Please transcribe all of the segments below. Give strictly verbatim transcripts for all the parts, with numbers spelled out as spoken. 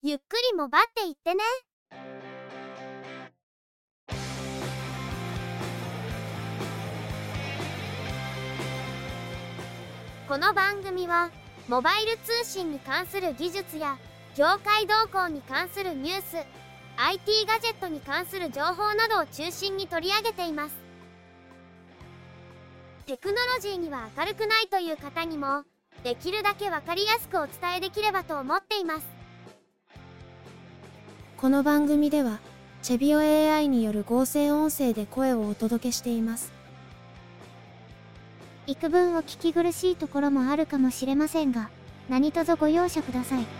ゆっくりもばっていってね。この番組はモバイル通信に関する技術や業界動向に関するニュース、アイティー ガジェットに関する情報などを中心に取り上げています。テクノロジーには明るくないという方にもできるだけ分かりやすくお伝えできればと思っています。 この番組ではチェビオ エーアイ による合成音声で声をお届けしています。 幾分お聞き苦しいところもあるかもしれませんが、何卒ご容赦ください。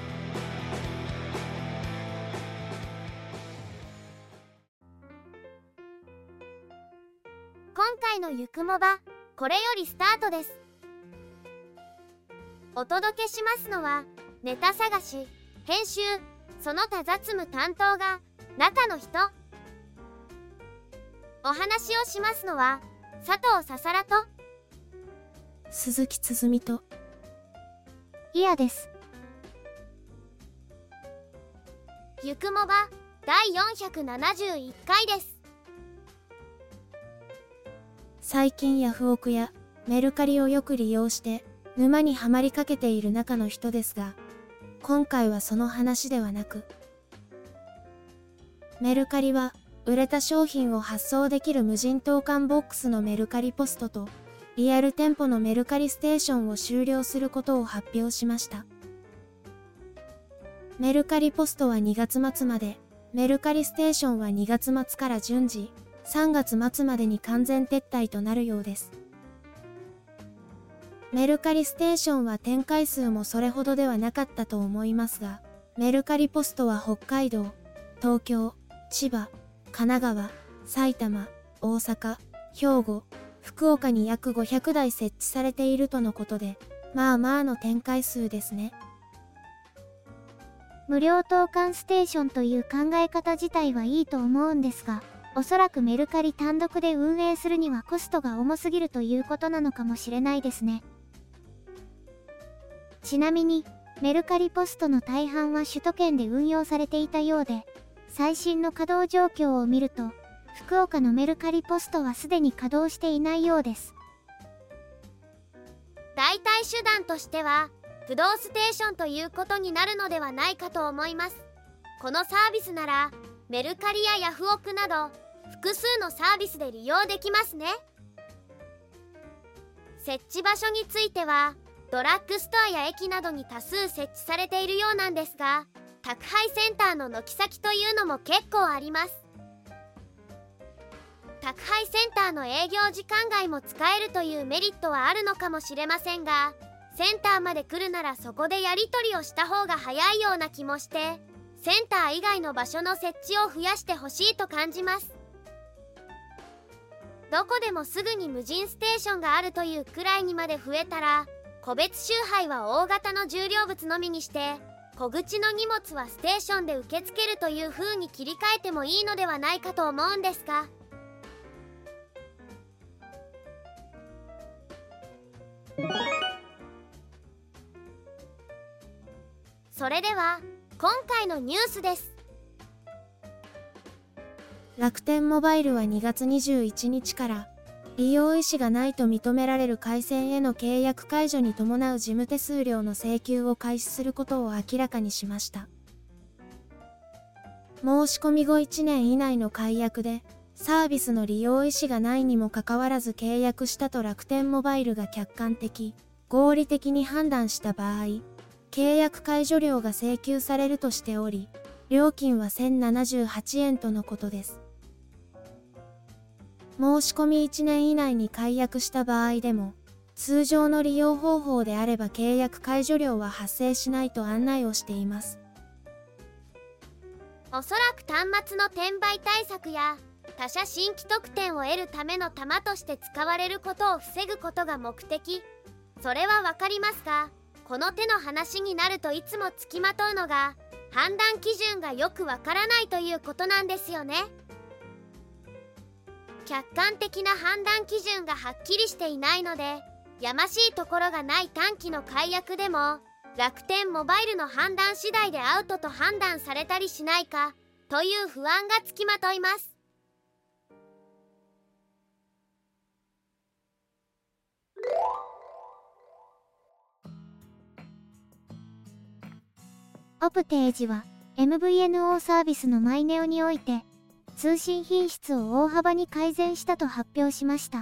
今回のゆくもば、これよりスタートです。お届けしますのは、ネタ探し、編集、その他雑務担当が中の人。お話をしますのは、佐藤ささらと鈴木つづみといやです。ゆくもばだいよんひゃくななじゅういっかいです。 最近ヤフオクやメルカリをよく利用して沼にはまりかけている中の人ですが、今回はその話ではなく、メルカリは売れた商品を発送できる無人投函ボックスのメルカリポストとリアル店舗のメルカリステーションを終了することを発表しました。メルカリポストはにがつ末まで、メルカリステーションはにがつ末から順次、さんがつ末までに完全撤退となるようです。メルカリステーションは展開数もそれほどではなかったと思いますが、メルカリポストは北海道、東京、千葉、神奈川、埼玉、大阪、兵庫、福岡に約ごひゃくだい設置されているとのことで、まあまあの展開数ですね。 無料投函ステーションという考え方自体はいいと思うんですが、おそらくメルカリ単独で運営するにはコストが重すぎるということなのかもしれないですね。ちなみに、メルカリポストの大半は首都圏で運用されていたようで、最新の稼働状況を見ると、福岡のメルカリポストはすでに稼働していないようです。代替手段としては、不動ステーションということになるのではないかと思います。このサービスなら、メルカリやヤフオクなど、複数のサービスで利用できますね。設置場所については、ドラッグストアや駅などに多数設置されているようなんですが、宅配センターの軒先というのも結構あります。宅配センターの営業時間外も使えるというメリットはあるのかもしれませんが、センターまで来るならそこでやり取りをした方が早いような気もして、センター以外の場所の設置を増やしてほしいと感じます。どこでもすぐに無人ステーションがあるというくらいにまで増えたら、個別集配は大型の重量物のみにして、小口の荷物はステーションで受け付けるという風に切り替えてもいいのではないかと思うんですが。それでは今回のニュースです。 楽天モバイルはにがつにじゅういちにちから利用意思がないと認められる回線への契約解除に伴う事務手数料の請求を開始することを明らかにしました。申し込み後いちねん以内の解約でサービスの利用意思がないにもかかわらず契約したと楽天モバイルが客観的、合理的に判断した場合、契約解除料が請求されるとしており、料金はせんななじゅうはちえんとのことです。申し込みいちねん以内に解約した場合でも、通常の利用方法であれば契約解除料は発生しないと案内をしています。 おそらく端末の転売対策や他社新規特典を得るための玉として使われることを防ぐことが目的。それはわかりますが、この手の話になるといつもつきまとうのが、判断基準がよくわからないということなんですよね。客観的な判断基準がはっきりしていないので、やましいところがない短期の解約でも、 楽天モバイルの判断次第でアウトと判断されたりしないかという不安がつきまといます。 オプテージは エムブイエヌオー サービスのマイネオにおいて通信品質を大幅に改善したと発表しました。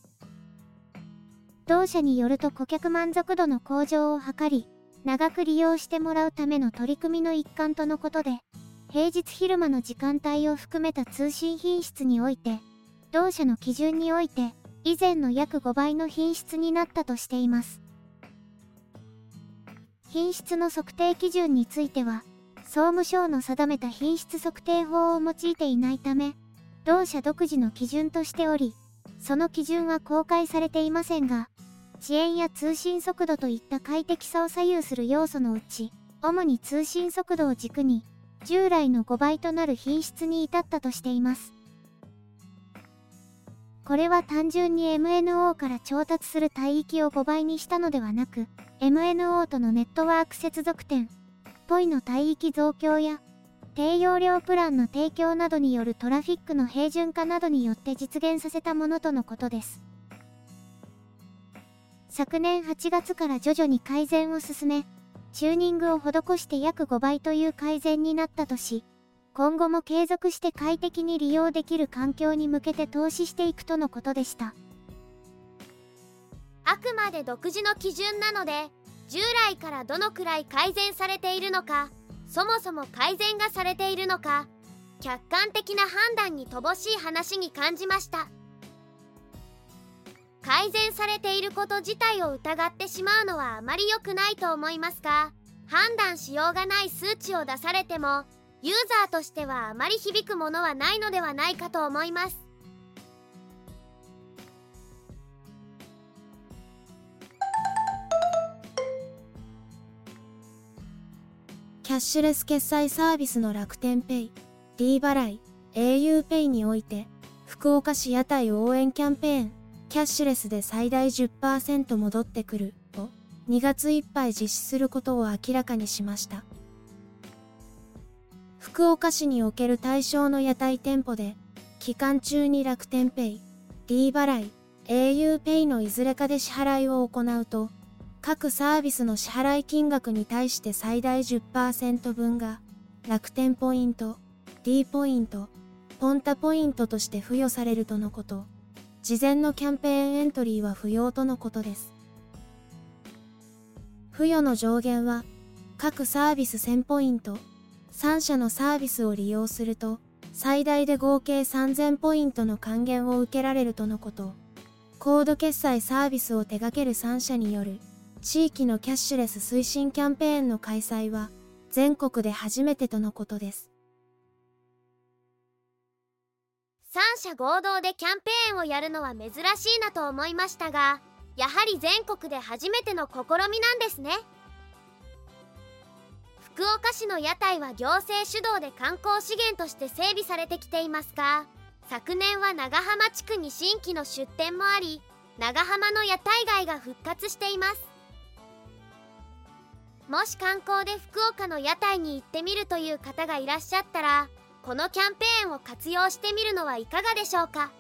同社によると顧客満足度の向上を図り、長く利用してもらうための取り組みの一環とのことで、平日昼間の時間帯を含めた通信品質において、同社の基準において以前の約ごばいの品質になったとしています。品質の測定基準については、総務省の定めた品質測定法を用いていないため、同社独自の基準としており、その基準は公開されていませんが、遅延や通信速度といった快適さを左右する要素のうち、主に通信速度を軸に、従来のごばいとなる品質に至ったとしています。これは単純に エムエヌオー から調達する帯域をごばいにしたのではなく、エムエヌオー とのネットワーク接続点、ポイの帯域増強や、低容量プランの提供などによるトラフィックの平準化などによって実現させたものとのことです。昨年はちがつから徐々に改善を進め、チューニングを施して約ごばいという改善になったとし、今後も継続して快適に利用できる環境に向けて投資していくとのことでした。 あくまで独自の基準なので、従来からどのくらい改善されているのか、そもそも改善がされているのか、客観的な判断に乏しい話に感じました。改善されていること自体を疑ってしまうのはあまり良くないと思いますが、判断しようがない数値を出されても、ユーザーとしてはあまり響くものはないのではないかと思います。 キャッシュレス決済サービスの楽天ペイ、D 払い、auPay において、福岡市屋台応援キャンペーン、キャッシュレスで最大 じゅっパーセント 戻ってくるをにがついっぱい実施することを明らかにしました。福岡市における対象の屋台店舗で、期間中に楽天ペイ、D 払い、auPay のいずれかで支払いを行うと、各サービスの支払い金額に対して最大 じゅっパーセント 分が、楽天ポイント、D ポイント、ポンタポイントとして付与されるとのこと。事前のキャンペーンエントリーは不要とのことです。付与の上限は、各サービスせんポイント、さん社のサービスを利用すると、最大で合計さんぜんポイントの還元を受けられるとのこと。コード決済サービスを手掛けるさん社による、地域のキャッシュレス推進キャンペーンの開催は、全国で初めてとのことです。 さん社合同でキャンペーンをやるのは珍しいなと思いましたが、やはり全国で初めての試みなんですね。福岡市の屋台は行政主導で観光資源として整備されてきていますが、昨年は長浜地区に新規の出店もあり、長浜の屋台街が復活しています。もし観光で福岡の屋台に行ってみるという方がいらっしゃったら、このキャンペーンを活用してみるのはいかがでしょうか。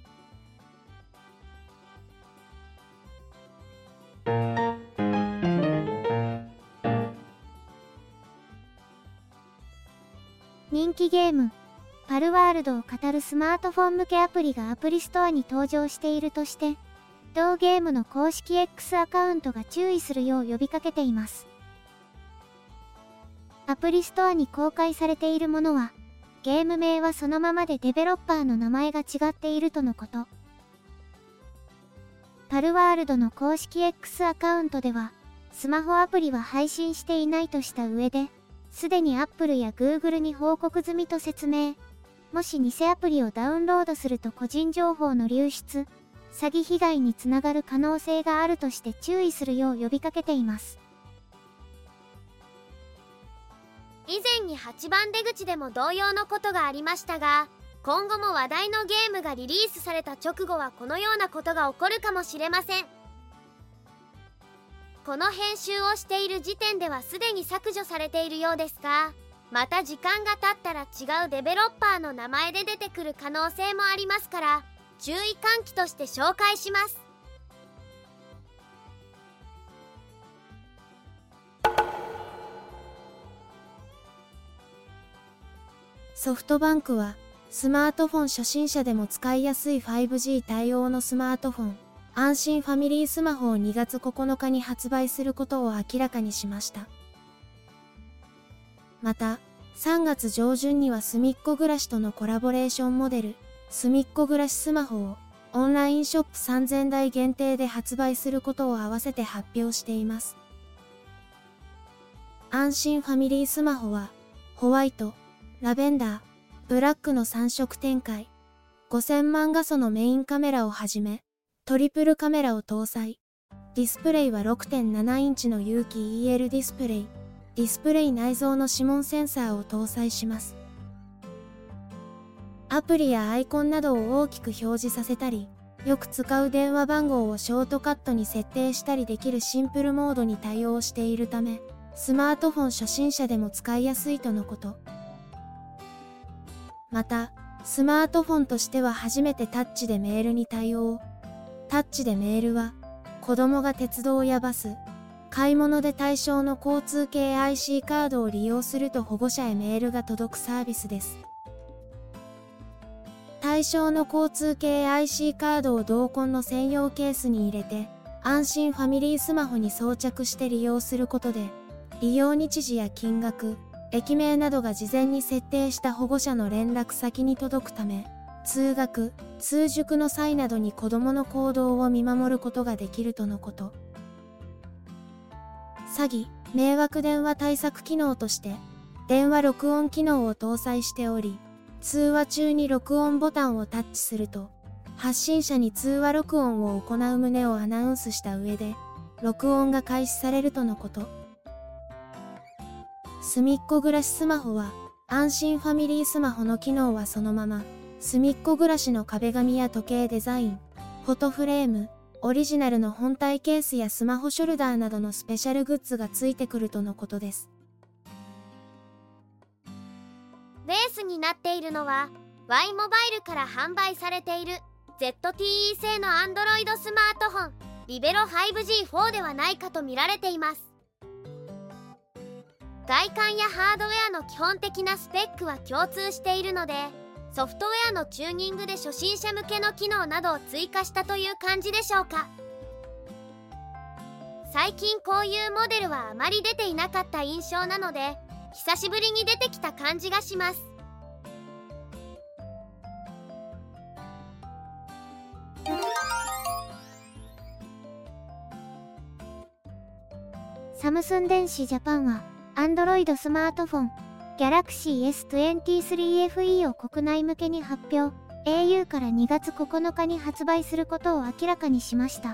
人気ゲーム、パルワールドを語るスマートフォン向けアプリがアプリストアに登場しているとして、同ゲームの公式 X アカウントが注意するよう呼びかけています。アプリストアに公開されているものは、ゲーム名はそのままでデベロッパーの名前が違っているとのこと。パルワールドの公式 X アカウントでは、スマホアプリは配信していないとした上で、すでに Apple や Google に報告済みと説明。もし偽アプリをダウンロードすると個人情報の流出、詐欺被害につながる可能性があるとして注意するよう呼びかけています。 以前にはちばん出口でも同様のことがありましたが、今後も話題のゲームがリリースされた直後はこのようなことが起こるかもしれません。 この編集をしている時点ではすでに削除されているようですが、また時間が経ったら違うデベロッパーの名前で出てくる可能性もありますから、注意喚起として紹介します。 ソフトバンクは、スマートフォン初心者でも使いやすい ファイブジー 対応のスマートフォン、安心ファミリースマホをにがつここのかに発売することを明らかにしました。また、さんがつ上旬にはすみっこ暮らしとのコラボレーションモデル、すみっこ暮らしスマホをオンラインショップさんぜんだい限定で発売することを合わせて発表しています。安心ファミリースマホは、ホワイト、ラベンダー、ブラックのさんしょく展開、ごせんまんがそのメインカメラをはじめ、トリプルカメラを搭載。ディスプレイは ろくてんなな インチの有機 イーエル ディスプレイ。ディスプレイ内蔵の指紋センサーを搭載します。アプリやアイコンなどを大きく表示させたり、よく使う電話番号をショートカットに設定したりできるシンプルモードに対応しているため、スマートフォン初心者でも使いやすいとのこと。また、スマートフォンとしては初めてタッチでメールに対応。タッチでメールは、子供が鉄道やバス、買い物で対象の交通系 アイシー カードを利用すると保護者へメールが届くサービスです。対象の交通系 アイシー カードを同梱の専用ケースに入れて、安心ファミリースマホに装着して利用することで、利用日時や金額、駅名などが事前に設定した保護者の連絡先に届くため、通学、通塾の際などに子供の行動を見守ることができるとのこと。詐欺、迷惑電話対策機能として、電話録音機能を搭載しており、通話中に録音ボタンをタッチすると、発信者に通話録音を行う旨をアナウンスした上で、録音が開始されるとのこと。すみっこ暮らしスマホは、安心ファミリースマホの機能はそのまま、すみっこ暮らしの壁紙や時計デザイン、フォトフレーム、オリジナルの本体ケースやスマホショルダーなどのスペシャルグッズがついてくるとのことです。 ベースになっているのは Y モバイルから販売されている ゼットティーイー 製の Android スマートフォンリベロ ファイブジーフォー ではないかと見られています。外観やハードウェアの基本的なスペックは共通しているので、ソフトウェアのチューニングで初心者向けの機能などを追加したという感じでしょうか。最近こういうモデルはあまり出ていなかった印象なので、久しぶりに出てきた感じがします。 サムスン電子ジャパンは Android スマートフォン Galaxy エスにじゅうさん エフイー を国内向けに発表。 エーユー からにがつここのかに発売することを明らかにしました。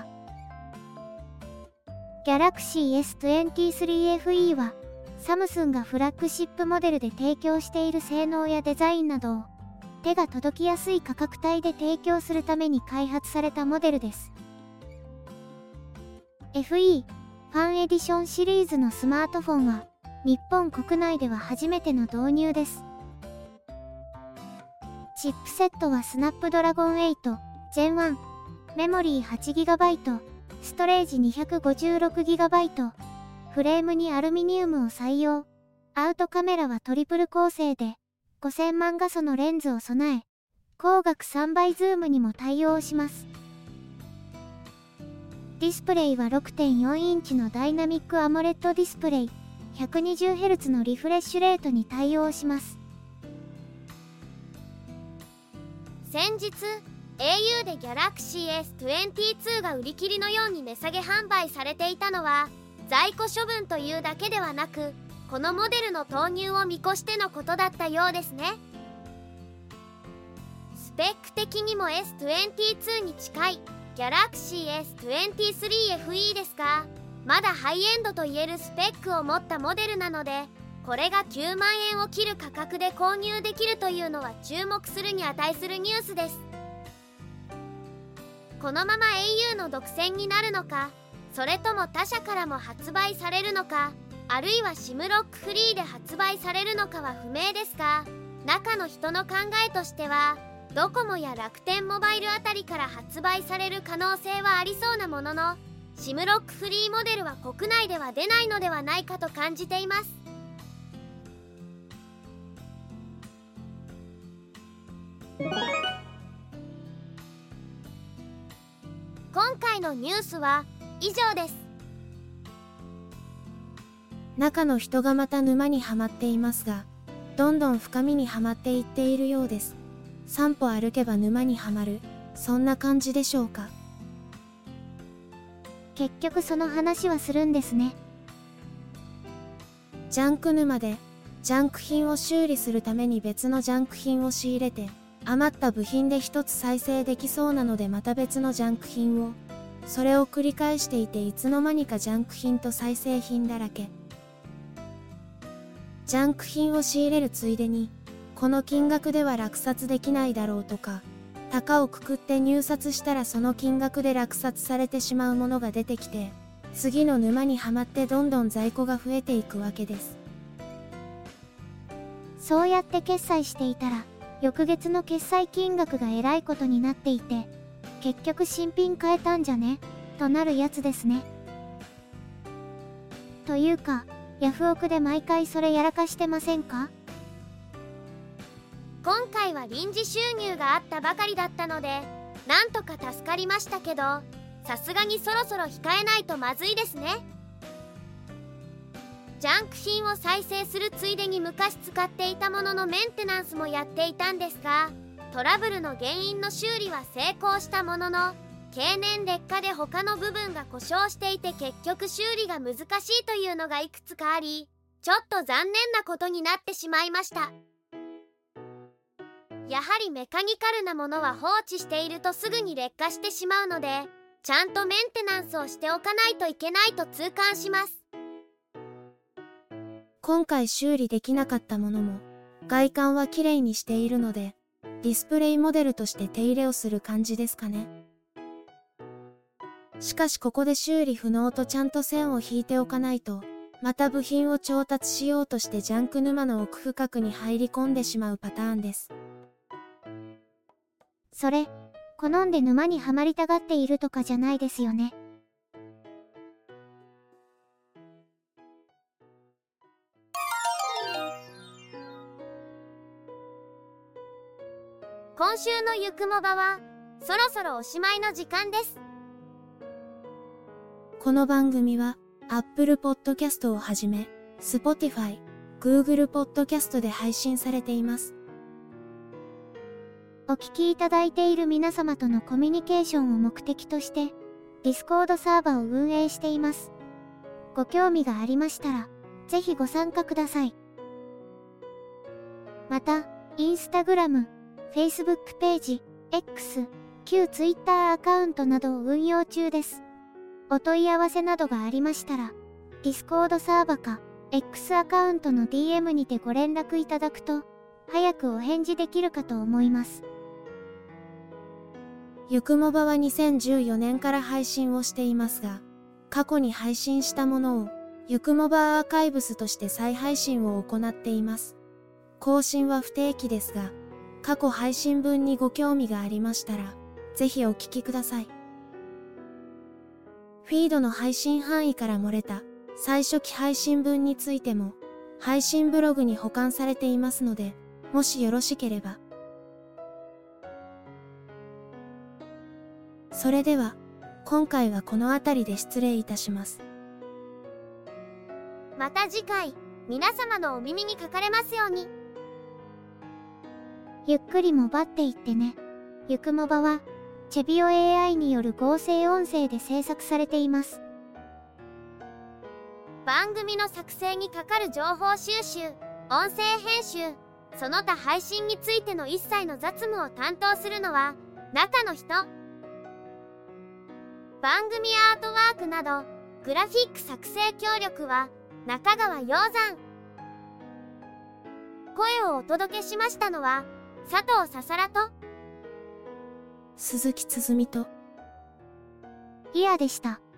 Galaxy エスにじゅうさん エフイー はサムスンがフラッグシップモデルで提供している性能やデザインなどを手が届きやすい価格帯で提供するために開発されたモデルです。 エフイー ファンエディションシリーズのスマートフォンは日本国内では初めての導入です。チップセットはスナップドラゴンエイト ジェンワン、メモリー はちギガバイト、ストレージ にひゃくごじゅうろくギガバイト、フレームにアルミニウムを採用。アウトカメラはトリプル構成でごせんまん画素のレンズを備え、光学さんばいズームにも対応します。ディスプレイは ろくてんよん インチのダイナミックアモレッドディスプレイ、ひゃくにじゅうヘルツ のリフレッシュレートに対応します。 先日 エーユー で Galaxy エスにじゅうに が売り切りのように値下げ販売されていたのは在庫処分というだけではなく、このモデルの投入を見越してのことだったようですね。スペック的にも エスにじゅうに に近い Galaxy エスにじゅうさん エフイー ですが、まだハイエンドといえるスペックを持ったモデルなので、これがきゅうまんえんを切る価格で購入できるというのは注目するに値するニュースです。このまま エーユー の独占になるのか、 それとも他社からも発売されるのか、あるいは シム ロックフリーで発売されるのかは不明ですが、中の人の考えとしてはドコモや楽天モバイルあたりから発売される可能性はありそうなものの、 シム ロックフリーモデルは国内では出ないのではないかと感じています。今回のニュースは以上です。 中の人がまた沼にはまっていますが、どんどん深みにはまっていっているようです。散歩歩けば沼にはまる、そんな感じでしょうか。 結局その話はするんですね。 ジャンク沼でジャンク品を修理するために別のジャンク品を仕入れて、余った部品で一つ再生できそうなのでまた別のジャンク品を、それを繰り返していて、いつの間にかジャンク品と再生品だらけ。ジャンク品を仕入れるついでに、この金額では落札できないだろうとか、高をくくって入札したらその金額で落札されてしまうものが出てきて、次の沼にはまってどんどん在庫が増えていくわけです。 そうやって決済していたら、翌月の決済金額がえらいことになっていて、結局新品買えたんじゃねとなるやつですね。というか、ヤフオクで毎回それやらかしてませんか？ 今回は臨時収入があったばかりだったのでなんとか助かりましたけど、さすがにそろそろ控えないとまずいですね。ジャンク品を再生するついでに昔使っていたもののメンテナンスもやっていたんですが、トラブルの原因の修理は成功したものの、経年劣化で他の部分が故障していて結局修理が難しいというのがいくつかあり、ちょっと残念なことになってしまいました。やはりメカニカルなものは放置しているとすぐに劣化してしまうので、ちゃんとメンテナンスをしておかないといけないと痛感します。 今回修理できなかったものも、外観は綺麗にしているので、ディスプレイモデルとして手入れをする感じですかね。しかしここで修理不能とちゃんと線を引いておかないと、また部品を調達しようとしてジャンク沼の奥深くに入り込んでしまうパターンです。 それ、好んで沼にはまりたがっているとかじゃないですよね。 今週のゆくもばはそろそろおしまいの時間です。 この番組は Apple Podcast をはじめ Spotify、Google Podcast で配信されています。 お聞きいただいている皆様とのコミュニケーションを目的として Discord サーバーを運営しています。ご興味がありましたらぜひご参加ください。また、Instagram、Facebook ページ、X、旧 Twitter アカウントなどを運用中です。お問い合わせなどがありましたら、Discord サーバか X アカウントの ディーエム にてご連絡いただくと、早くお返事できるかと思います。 ゆくもばはにせんじゅうよねんから配信をしていますが、過去に配信したものをゆくもばアーカイブスとして再配信を行っています。更新は不定期ですが、過去配信分にご興味がありましたら、ぜひお聞きください。フィードの配信範囲から漏れた最初期配信分についても、配信ブログに保管されていますので、もしよろしければ。それでは、今回はこの辺りで失礼いたします。 また次回、皆様のお耳にかかれますように。 ゆっくりもばっていってね。ゆくもばは、チェビオ エーアイ による合成音声で制作されています。 番組の作成にかかる情報収集、音声編集、その他配信についての一切の雑務を担当するのは、中の人。番組アートワークなど、グラフィック作成協力は、中川陽山。声をお届けしましたのは、佐藤ささらと鈴木つづみとイヤでした。